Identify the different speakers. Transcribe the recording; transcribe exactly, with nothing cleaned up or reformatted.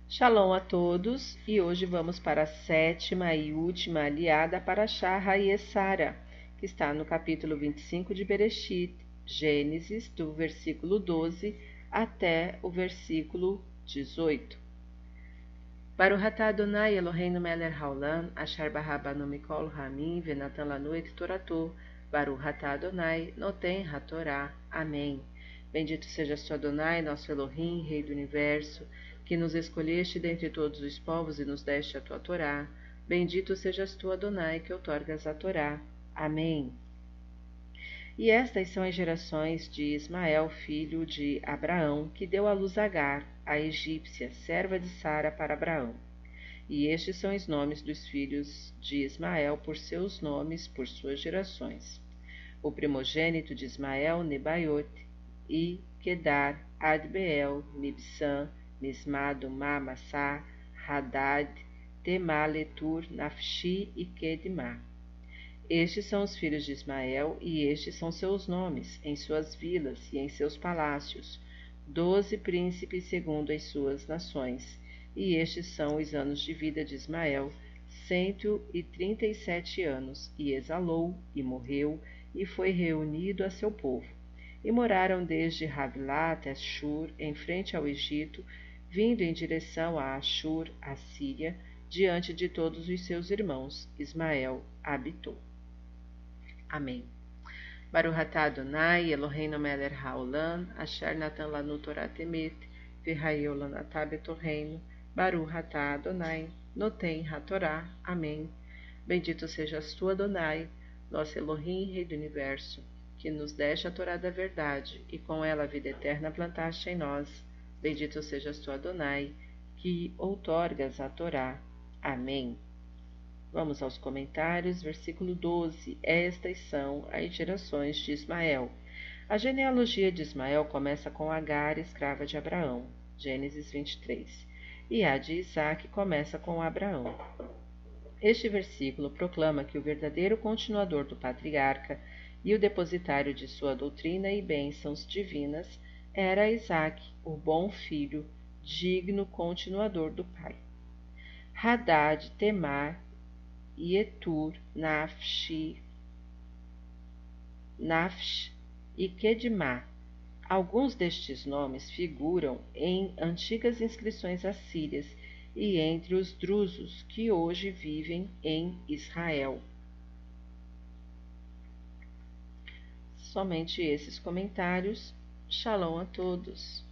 Speaker 1: Shalom a todos, e hoje vamos para a sétima e última aliada para Shah e Essara, que está no capítulo vinte e cinco de Bereshit, Gênesis, do versículo doze até o versículo dezoito. Baruch atah Adonai Eloheinu melech haolam, asher bara banu mikol hamim venatan lanu et torato, Baruch atah Adonai noten hatorá. Amém. Bendito sejas tu, Adonai, nosso Elohim, Rei do Universo, que nos escolheste dentre todos os povos e nos deste a tua Torá. Bendito sejas tu, Adonai, que outorgas a Torá. Amém. E estas são as gerações de Ismael, filho de Abraão, que deu à luz Agar, a egípcia, serva de Sara, para Abraão. E estes são os nomes dos filhos de Ismael por seus nomes, por suas gerações. O primogênito de Ismael, Nebaiote, e Quedar, Adbeel, Mibsam, Misma, Dumá, Massá, Hadad, Temá, Letur, Nafshi e Quedimá. Estes são os filhos de Ismael, e estes são seus nomes, em suas vilas e em seus palácios, doze príncipes segundo as suas nações. E estes são os anos de vida de Ismael, cento e trinta e sete anos, e exalou, e morreu, e foi reunido a seu povo. E moraram desde Havilá até Shur, em frente ao Egito, vindo em direção a Ashur, a Síria, diante de todos os seus irmãos, Ismael habitou. Amém. Baruch atah Adonai Eloheinu melech haolam, asher natan lanu torat emet, v'hayeu lanatah betorreino, Baruch atah Adonai noten hatorá. Amém. Bendito sejas tu, Adonai, nosso Elohim, Rei do Universo, que nos deste a Torá da verdade, e com ela a vida eterna plantaste em nós. Bendito sejas tu, Adonai, que outorgas a Torá. Amém. Vamos aos comentários, versículo doze. Estas são as gerações de Ismael. A genealogia de Ismael começa com Agar, escrava de Abraão, Gênesis vinte e três, e a de Isaac começa com Abraão. Este versículo proclama que o verdadeiro continuador do patriarca e o depositário de sua doutrina e bênçãos divinas era Isaac, o bom filho, digno continuador do pai. Hadad, Temar, Yetur, Nafshi, Nafsh e Quedimá. Alguns destes nomes figuram em antigas inscrições assírias e entre os drusos que hoje vivem em Israel. Somente esses comentários. Shalom a todos.